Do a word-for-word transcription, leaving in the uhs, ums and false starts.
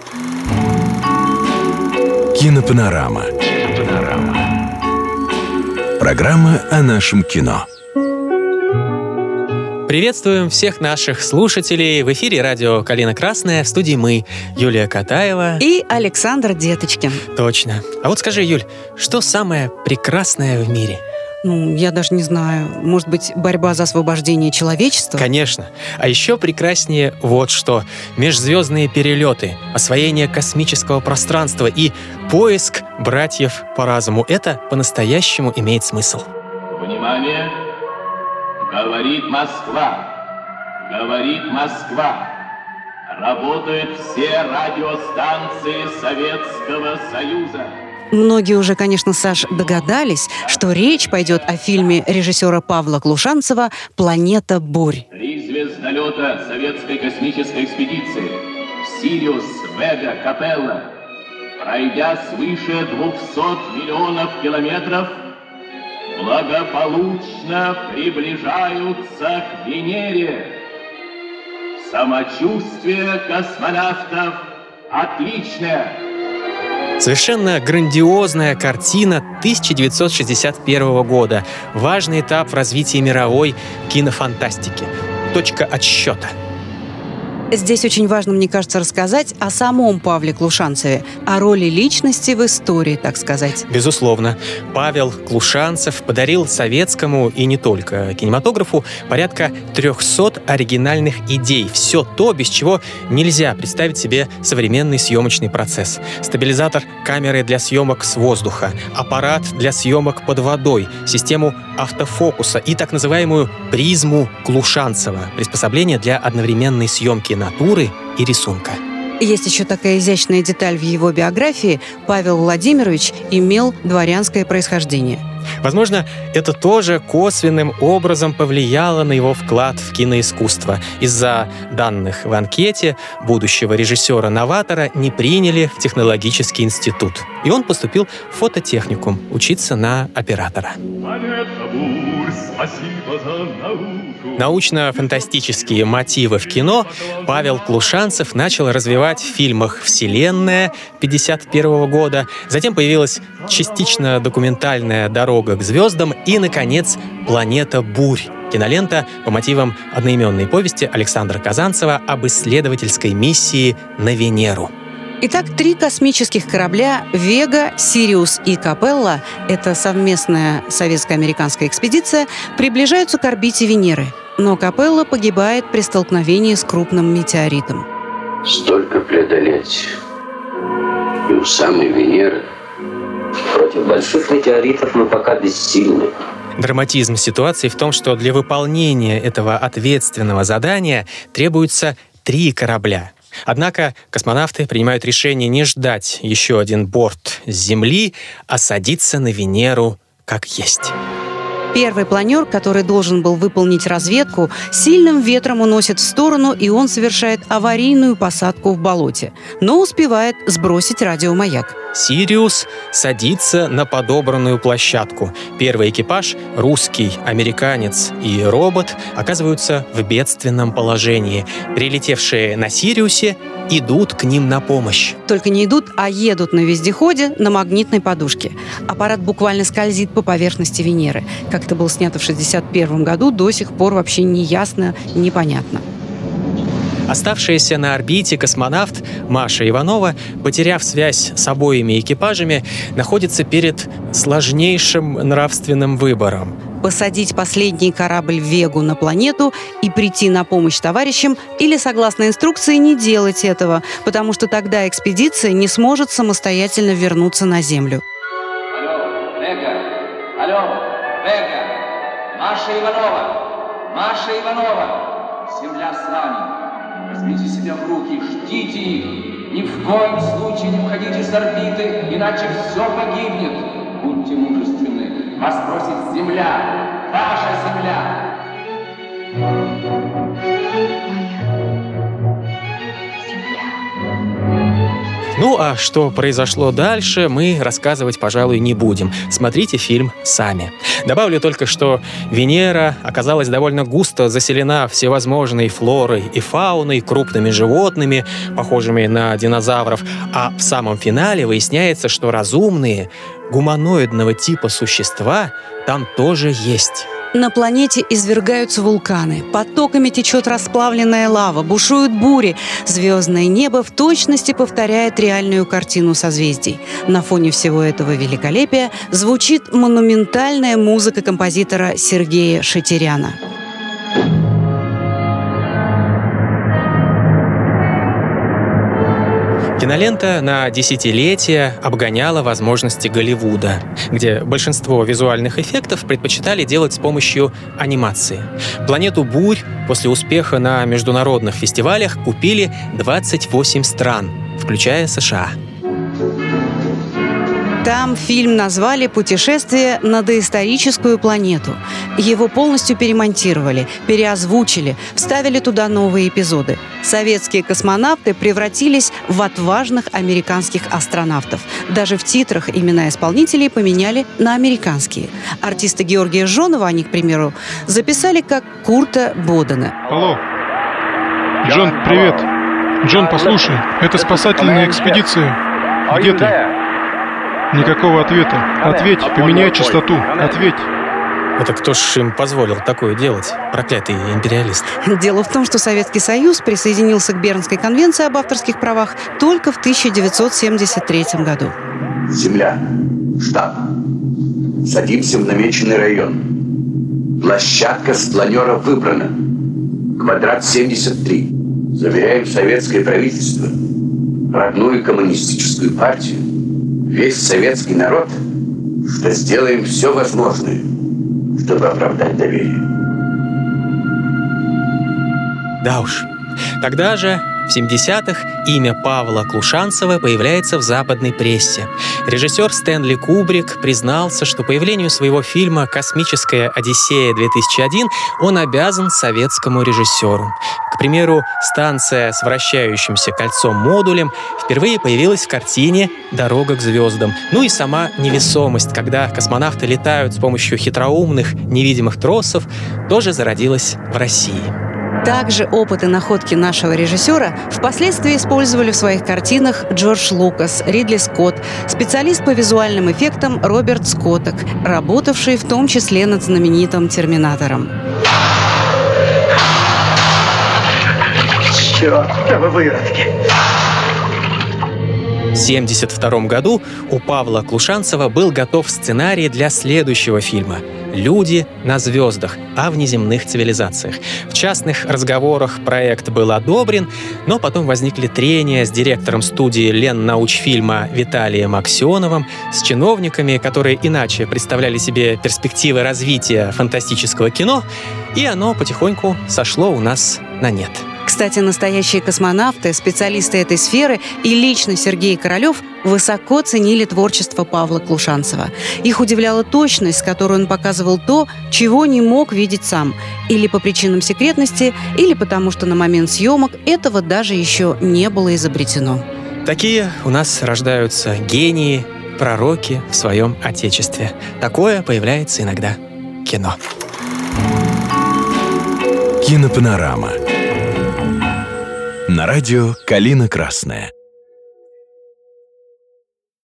Кинопанорама. Кинопанорама. Программа о нашем кино. Приветствуем всех наших слушателей. В эфире радио «Калина Красная». В студии мы, Юлия Катаева и Александр Деточкин. Точно. А вот скажи, Юль, что самое прекрасное в мире? Ну, я даже не знаю. Может быть, борьба за освобождение человечества? Конечно. А еще прекраснее вот что. Межзвездные перелеты, освоение космического пространства и поиск братьев по разуму. Это по-настоящему имеет смысл. Внимание! Говорит Москва! Говорит Москва! Работают все радиостанции Советского Союза. Многие уже, конечно, Саш, догадались, что речь пойдет о фильме режиссера Павла Клушанцева «Планета бурь». Три звездолета советской космической экспедиции «Сириус», «Вега», «Капелла», пройдя свыше двухсот миллионов километров, благополучно приближаются к Венере. Самочувствие космонавтов отличное. Совершенно грандиозная картина тысяча девятьсот шестьдесят первого года. Важный этап в развитии мировой кинофантастики. Точка отсчета. Здесь очень важно, мне кажется, рассказать о самом Павле Клушанцеве, о роли личности в истории, так сказать. Безусловно. Павел Клушанцев подарил советскому и не только кинематографу порядка трехсот оригинальных идей. Все то, без чего нельзя представить себе современный съемочный процесс. Стабилизатор камеры для съемок с воздуха, аппарат для съемок под водой, систему автофокуса и так называемую призму Клушанцева, приспособление для одновременной съемки натуры и рисунка. Есть еще такая изящная деталь в его биографии. Павел Владимирович имел дворянское происхождение. Возможно, это тоже косвенным образом повлияло на его вклад в киноискусство. Из-за данных в анкете будущего режиссера-новатора не приняли в технологический институт. И он поступил в фототехникум учиться на оператора. Научно-фантастические мотивы в кино Павел Клушанцев начал развивать в фильмах «Вселенная» пятьдесят первого года, затем появилась частично документальная «Дорога к звездам» и, наконец, «Планета бурь». Кинолента по мотивам одноименной повести Александра Казанцева об исследовательской миссии на Венеру. Итак, три космических корабля «Вега», «Сириус» и «Капелла» — это совместная советско-американская экспедиция — приближаются к орбите Венеры. Но «Капелла» погибает при столкновении с крупным метеоритом. Столько преодолеть. И у самой Венеры. Против больших метеоритов мы пока бессильны. Драматизм ситуации в том, что для выполнения этого ответственного задания требуется три корабля. Однако космонавты принимают решение не ждать еще один борт с Земли, а садиться на Венеру как есть. Первый планер, который должен был выполнить разведку, сильным ветром уносит в сторону, и он совершает аварийную посадку в болоте, но успевает сбросить радиомаяк. «Сириус» садится на подобранную площадку. Первый экипаж, русский, американец и робот, оказываются в бедственном положении. Прилетевшие на «Сириусе» идут к ним на помощь. Только не идут, а едут на вездеходе на магнитной подушке. Аппарат буквально скользит по поверхности Венеры. Как это было снято в шестьдесят первом году, до сих пор вообще не ясно, непонятно. Оставшаяся на орбите космонавт Маша Иванова, потеряв связь с обоими экипажами, находится перед сложнейшим нравственным выбором. Посадить последний корабль «Вегу» на планету и прийти на помощь товарищам или, согласно инструкции, не делать этого, потому что тогда экспедиция не сможет самостоятельно вернуться на Землю. Алло, Вега! Алло, Вега! Маша Иванова! Маша Иванова! Земля с вами! Возьмите себя в руки, ждите их! Ни в коем случае не уходите с орбиты, иначе все погибнет! Будьте мужественны! Вас просит Земля! Ваша Земля! Ну, а что произошло дальше, мы рассказывать, пожалуй, не будем. Смотрите фильм сами. Добавлю только, что Венера оказалась довольно густо заселена всевозможной флорой и фауной, крупными животными, похожими на динозавров, а в самом финале выясняется, что разумные, гуманоидного типа существа там тоже есть. На планете извергаются вулканы, потоками течет расплавленная лава, бушуют бури. Звездное небо в точности повторяет реальную картину созвездий. На фоне всего этого великолепия звучит монументальная музыка композитора Сергея Шатиряна. Кинолента на десятилетия обгоняла возможности Голливуда, где большинство визуальных эффектов предпочитали делать с помощью анимации. «Планету бурь» после успеха на международных фестивалях купили двадцать восемь стран, включая США. Там фильм назвали «Путешествие на доисторическую планету». Его полностью перемонтировали, переозвучили, вставили туда новые эпизоды. Советские космонавты превратились в отважных американских астронавтов. Даже в титрах имена исполнителей поменяли на американские. Артиста Георгия Жонова, они, к примеру, записали как Курта Бодена. Алло. Джон, привет. Джон, послушай, это спасательная экспедиция. Где ты? Никакого ответа. Ответь, поменяй частоту. Ответь. Это кто ж им позволил такое делать, проклятые империалисты? Дело в том, что Советский Союз присоединился к Бернской конвенции об авторских правах только в тысяча девятьсот семьдесят третьем году. Земля. Штаб. Садимся в намеченный район. Площадка с планера выбрана. Квадрат семьдесят три. Заверяем советское правительство, родную коммунистическую партию, весь советский народ, что сделаем все возможное, чтобы оправдать доверие. Да уж. Тогда же, в семидесятых, имя Павла Клушанцева появляется в западной прессе. Режиссер Стэнли Кубрик признался, что появлению своего фильма «Космическая Одиссея-две тысячи один» он обязан советскому режиссеру. К примеру, станция с вращающимся кольцом-модулем впервые появилась в картине «Дорога к звездам». Ну и сама невесомость, когда космонавты летают с помощью хитроумных невидимых тросов, тоже зародилась в России. Также опыт и находки нашего режиссера впоследствии использовали в своих картинах Джордж Лукас, Ридли Скотт, специалист по визуальным эффектам Роберт Скотток, работавший в том числе над знаменитым «Терминатором». Черт, да вы выродки! В семьдесят втором году у Павла Клушанцева был готов сценарий для следующего фильма «Люди на звездах» о внеземных цивилизациях. В частных разговорах проект был одобрен, но потом возникли трения с директором студии Леннаучфильма Виталием Аксеновым, с чиновниками, которые иначе представляли себе перспективы развития фантастического кино, и оно потихоньку сошло у нас на нет. Кстати, настоящие космонавты, специалисты этой сферы и лично Сергей Королёв высоко ценили творчество Павла Клушанцева. Их удивляла точность, с которой он показывал то, чего не мог видеть сам. Или по причинам секретности, или потому что на момент съемок этого даже еще не было изобретено. Такие у нас рождаются гении, пророки в своем отечестве. Такое появляется иногда в кино. Кинопанорама. На радио «Калина Красная».